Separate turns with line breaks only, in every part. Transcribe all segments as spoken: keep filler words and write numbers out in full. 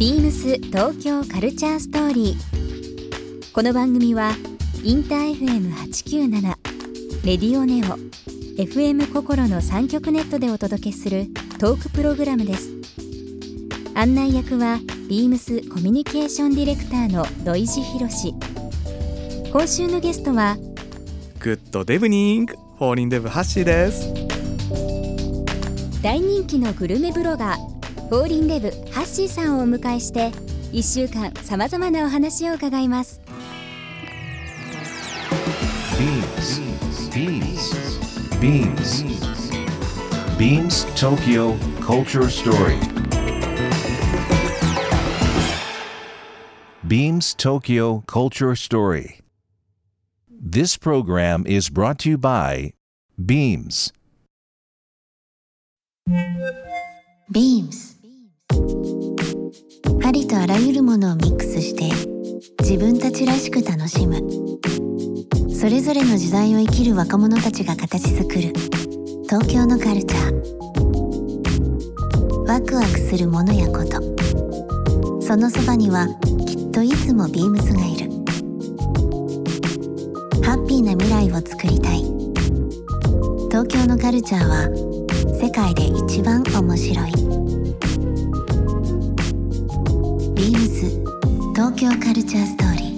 ビームス東京カルチャーストーリー。この番組はインター エフエムはちきゅうなな、レディオネオ、エフエム 心のさん局ネットでお届けするトークプログラムです。案内役はビームスコミュニケーションディレクターの土井博志。今週のゲストは
グッドデブニングフォーリンデブハッシーです。
大人気のグルメブロガーフォーリンデブハッシーさんをお迎えしていっしゅうかんさまざまなお話を伺います。
ビームス ビームス ビームス Tokyo Culture Story Beams Tokyo Culture Story. This program is brought to you by Beams.
Beams ありとあらゆるものをミックスして自分たちらしく楽しむ、それぞれの時代を生きる若者たちが形作る東京のカルチャー。ワクワクするものやこと、そのそばにはきっといつもビームスがいる。ハッピーな未来を作りたい。東京のカルチャーは世界で一番面白い。ビームス東京カルチャーストーリー。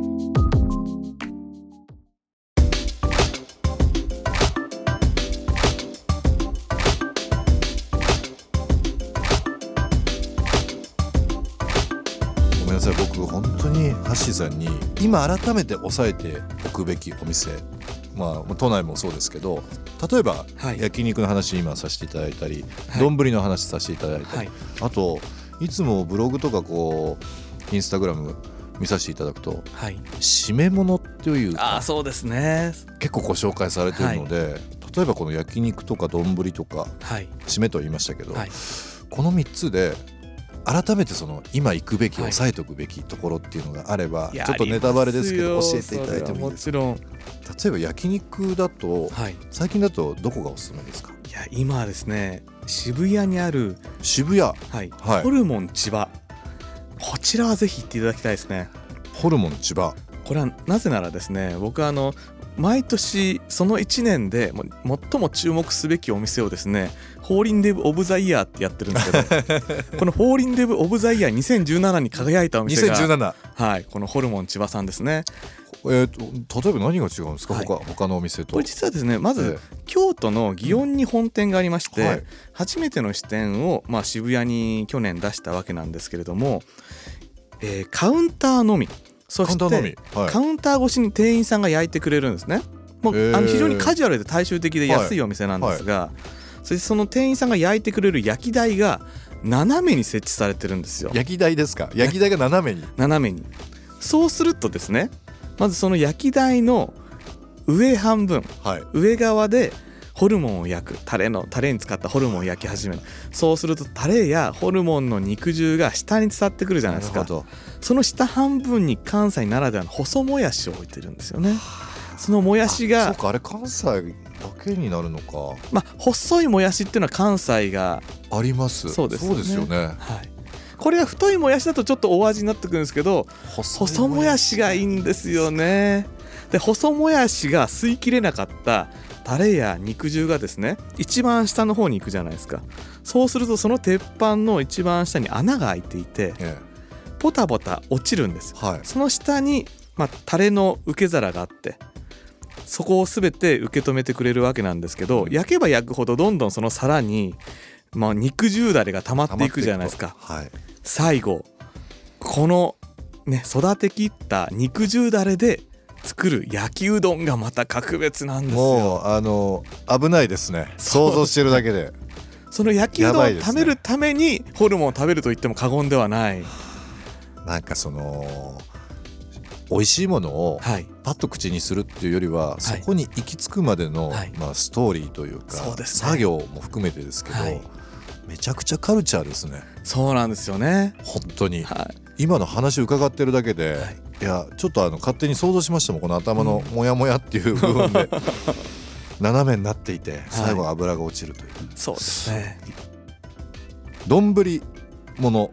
ごめんなさい、僕本当にハッシーさんに今改めて押さえておくべきお店、まあ都内もそうですけど、例えば、はい、焼肉の話今させていただいたり、丼、はい、の話させていただいたり、はい、あといつもブログとかこうインスタグラム見させていただくと、はい、締め物っていうか、
あ、そうですね、
結構ご紹介されているので、はい、例えばこの焼肉とか丼とか、はい、締めと言いましたけど、はい、このみっつで改めてその今行くべき、押さえておくべきところっていうのがあれば、ちょっとネタバレですけど教えていただいてもいいですか。もちろん。例えば焼肉だと、はい、最近だとどこがおすすめですか。
いや、今はですね、渋谷にある
渋谷、はい
はい、ホルモン千葉、こちらはぜひ行っていただきたいですね。
ホルモン千葉、
これはなぜならですね、僕はあの毎年そのいちねんで最も注目すべきお店をですね、フォーリンデブオブザイヤーってやってるんですけどこのフォーリンデブオブザイヤーにせんじゅうななに輝いたお店がにせんじゅうなな、はい、このホルモン千葉さんですね。
えー、と例えば何が違うんですか、はい、他, 他のお店と。
これ実はですね、まず、えー、京都の祇園に本店がありまして、うん、はい、初めての支店を、まあ、渋谷に去年出したわけなんですけれども、えー、カウンターのみ、そしてカウンターのみ、はい、カウンター越しに店員さんが焼いてくれるんですね。もう、えー、あの非常にカジュアルで大衆的で安いお店なんですが、はいはい、そしてその店員さんが焼いてくれる焼き台が斜めに設置されてるんですよ。
焼き台ですか。焼き台が斜めに
斜めに。そうするとですね、まずその焼き台の上半分、はい、上側でホルモンを焼く、タレのタレに使ったホルモンを焼き始める。そうするとタレやホルモンの肉汁が下に伝ってくるじゃないですか。その下半分に関西ならではの細もやしを置いてるんですよね。そのもやしが、
そうか、あれ関西だけになるのか。
まあ、細いもやしっていうのは関西が
あります。
そうですよね。
そうですよね、はい、
これは太いもやしだとちょっとお味になってくるんですけど、細もやしがいいんですよね。で、細もやしが吸い切れなかったタレや肉汁がですね、一番下の方に行くじゃないですか。そうするとその鉄板の一番下に穴が開いていて、ええ、ポタポタ落ちるんです、はい、その下に、まあ、タレの受け皿があって、そこを全て受け止めてくれるわけなんですけど、焼けば焼くほどどんどんその皿に、まあ、肉汁だれが溜まっていくじゃないですか、はい、最後この、ね、育てきった肉汁だれで作る焼きうどんがまた格別なんですよ。
もうあの危ないですね、想像してるだけで。
その焼きうどんを食べるためにホルモンを食べると言っても過言ではない。
なんかその美味しいものをパッと口にするっていうよりは、はい、そこに行き着くまでの、はい、まあ、ストーリーというか、そうですね、作業も含めてですけど、はい、めちゃくちゃカルチャーですね。
そうなんですよね、
本当に、はい、今の話伺ってるだけで、はい、いやちょっとあの勝手に想像しましたもん、この頭のモヤモヤっていう部分で、うん、斜めになっていて最後油が落ちるという、はい、
そうですね。
丼物、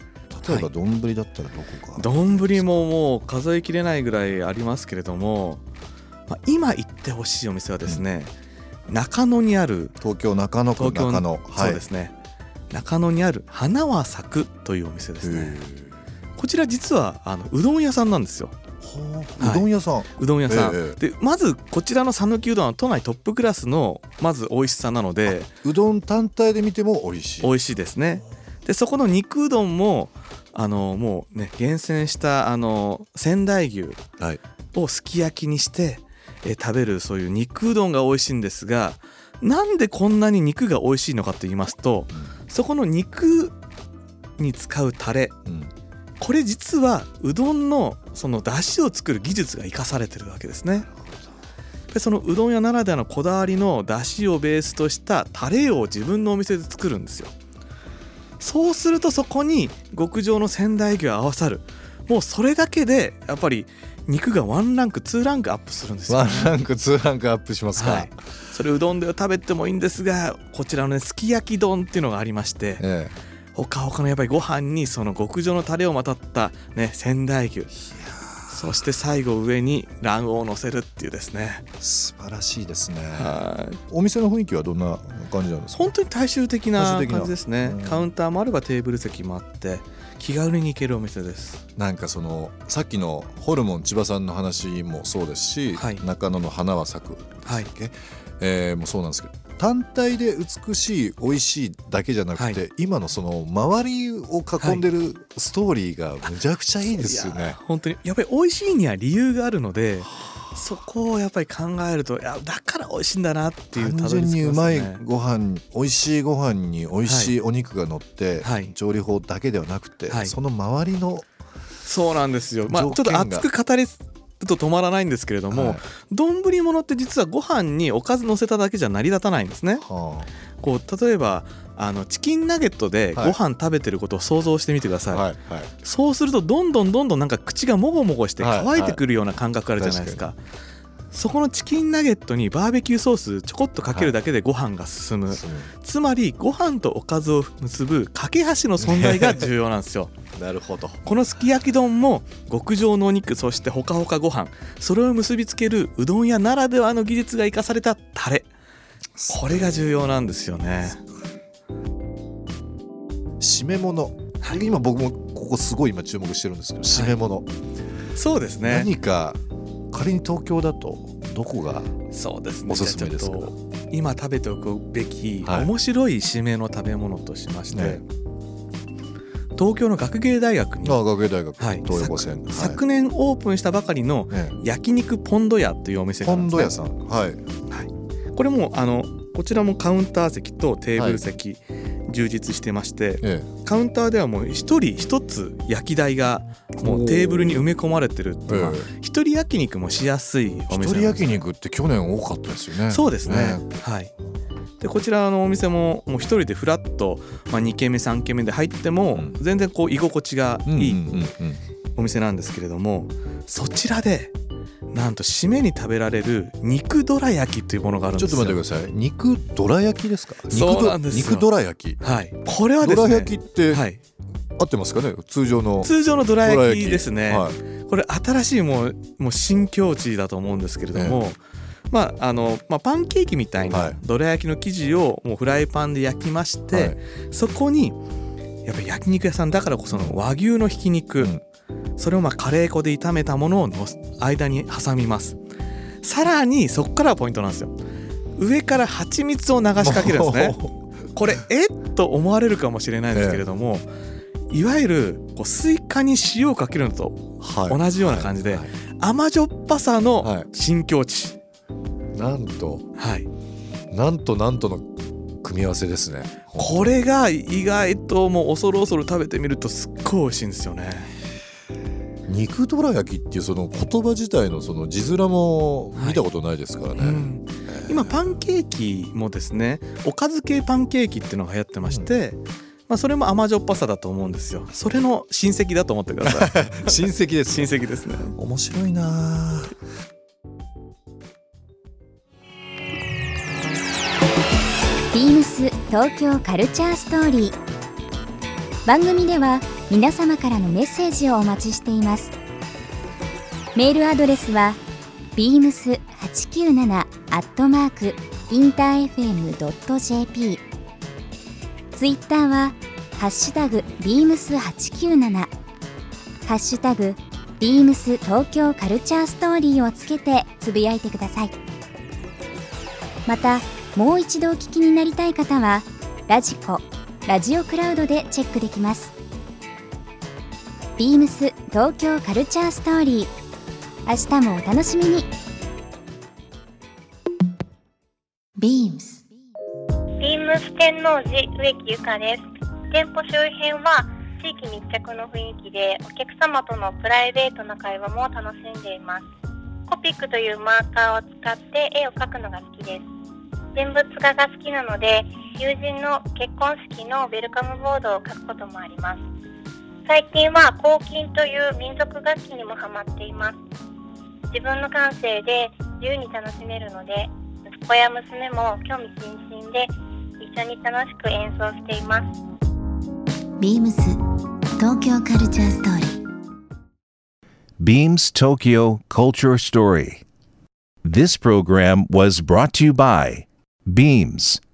例えば丼だったらどこか。
丼ももう数えきれないぐらいありますけれども、まあ、今行ってほしいお店はですね、うん、中野にある
東京中野区中野、はい、
そうですね、中野にある花は咲くというお店ですね。こちら実はあのうどん屋さんなんですよ。
うどん屋さん、はい、
うどん屋さん、えー、でまずこちらの讃岐うどんは都内トップクラスのまず美味しさなので、
うどん単体で見ても美味しい
美味しいですね。でそこの肉うどんもあのもうね厳選したあの仙台牛をすき焼きにして、えー、食べるそういう肉うどんが美味しいんですが、なんでこんなに肉が美味しいのかと言いますと、うん、そこの肉に使うタレ、うん、これ実はうどんのその出汁を作る技術が生かされてるわけですね。でそのうどん屋ならではのこだわりの出汁をベースとしたタレを自分のお店で作るんですよ。そうするとそこに極上の仙台牛を合わさる、もうそれだけでやっぱり肉がワンランクツーランクアップするんですよ、ね、
ワンランクツーランクアップしますか、はい、
それうどんで食べてもいいんですが、こちらのねすき焼き丼っていうのがありまして、ええほかほかのやっぱりご飯にその極上のタレをまとった、ね、仙台牛、そして最後上に卵黄を乗せるっていうですね、
素晴らしいですね。はい、お店の雰囲気はどんな感じなんですか？
本当に大衆的な感じですね。カウンターもあればテーブル席もあって気軽に行けるお店です。
なんかそのさっきのホルモン千葉さんの話もそうですし、はい、中野の花は咲くですっけ、はいえー、もうそうなんですけど、単体で美しい美味しいだけじゃなくて、はい、今のその周りを囲んでるストーリーがむちゃくちゃいいですよね、はい、
本当にやっぱり美味しいには理由があるので、そこをやっぱり考えると、いやだから美味しいんだなっていう、
単純にうまいご飯、美味しいご飯に美味しいお肉が乗って、はい、調理法だけではなくて、はい、その周りの
そうなんですよ、まあ、ちょっと熱く語りと止まらないんですけれども、丼、はい、物って実はご飯におかず乗せただけじゃ成り立たないんですね、はあ、こう例えばあのチキンナゲットでご飯食べてることを想像してみてください、はいはいはい、そうするとどんどんどんどんなんか口がもごもごして乾いてくるような感覚あるじゃないですか、はいはい、そこのチキンナゲットにバーベキューソースちょこっとかけるだけでご飯が進む、はい、つまりご飯とおかずを結ぶ架け橋の存在が重要なんですよ
なるほど。
このすき焼き丼も極上のお肉、そしてほかほかご飯、それを結びつけるうどん屋ならではの技術が生かされたタレ、これが重要なんですよね。
締め物、はい、今僕もここすごい今注目してるんですけど、締め物、はい、
そうですね。
何か仮に東京だとどこが
そうですね、
おすすめですか？
今食べておくべき面白い締めの食べ物としまして、ね、東京の学芸大学に、
ああ学芸大学、はい、東横線、
はい、昨年オープンしたばかりの焼肉ポンド屋というお店があるんですね。
ポンド屋さん、はい、
はい、これもあのこちらもカウンター席とテーブル席、はい、充実してまして、ええ、カウンターではもう一人一つ焼き台がもうテーブルに埋め込まれてるっていうのは、一人焼肉もしやすいお店なんです。
一人焼肉って去年多かったですよね。
そうですね、ね、はい。でこちらのお店ももう一人でフラッと、まあ、にけんめさんけんめで入っても全然こう居心地がいいお店なんですけれども、そちらでなんと締めに食べられる肉どら焼きというものがあるんですよ。
ちょっと待ってください、肉どら焼きですか？
そうなんですよ。
肉どら焼き、
はい、これはですね、
どら焼きって、はい、合ってますかね？通常の
通常のどら焼きですね、はい、これ新しいもう、もう新境地だと思うんですけれども、ね、まああのまあ、パンケーキみたいなどら焼きの生地をもうフライパンで焼きまして、はい、そこにやっぱり焼肉屋さんだからこその和牛のひき肉、うん、それをまあカレー粉で炒めたものをの間に挟みます。さらにそこからはポイントなんですよ。上から蜂蜜を流しかけるんですねこれえっと思われるかもしれないですけれども、ええ、いわゆるこうスイカに塩をかけるのと同じような感じで、はいはいはい、甘じょっぱさの新境地、はい、
なんと、
はい、
なんとなんとの組み合わせですね。
これが意外ともう恐る恐る食べてみるとすっごい美味しいんですよね。
肉どら焼きっていうその言葉自体のその字面も見たことないですからね、はい、うん、
えー、今パンケーキもですね、おかず系パンケーキっていうのが流行ってまして、うん、まあ、それも甘じょっぱさだと思うんですよ。それの親戚だと思ってください
親戚です
親戚ですね。
面白いな。
ビームス東京カルチャーストーリー。番組では皆様からのメッセージをお待ちしています。メールアドレスは ビームスはちきゅうなな アットマーク インターエフエム ドット ジェーピー、 ツイッターはハッシュタグ ビームスはちきゅうなな、 ハッシュタグ ビームス 東京カルチャーストーリーをつけてつぶやいてください。またもう一度お聞きになりたい方はラジコ、ラジオクラウドでチェックできます。ビームス 東京カルチャーストーリー、明日もお楽しみに。
ビームス
ビームス天王寺植木ゆかです。店舗周辺は地域密着の雰囲気で、お客様とのプライベートな会話も楽しんでいます。コピックというマーカーを使って絵を描くのが好きです。人物画が好きなので、友人の結婚式のウェルカムボードを描くこともあります。最近は鋼琴という民族楽器にもハマっています。自分の感性で自由に楽しめるので、息子や娘も興味津々で一緒に楽しく演奏しています。
ビームス東京カルチャーストーリー
Beams Tokyo Culture Story. This program was brought to you by Beams.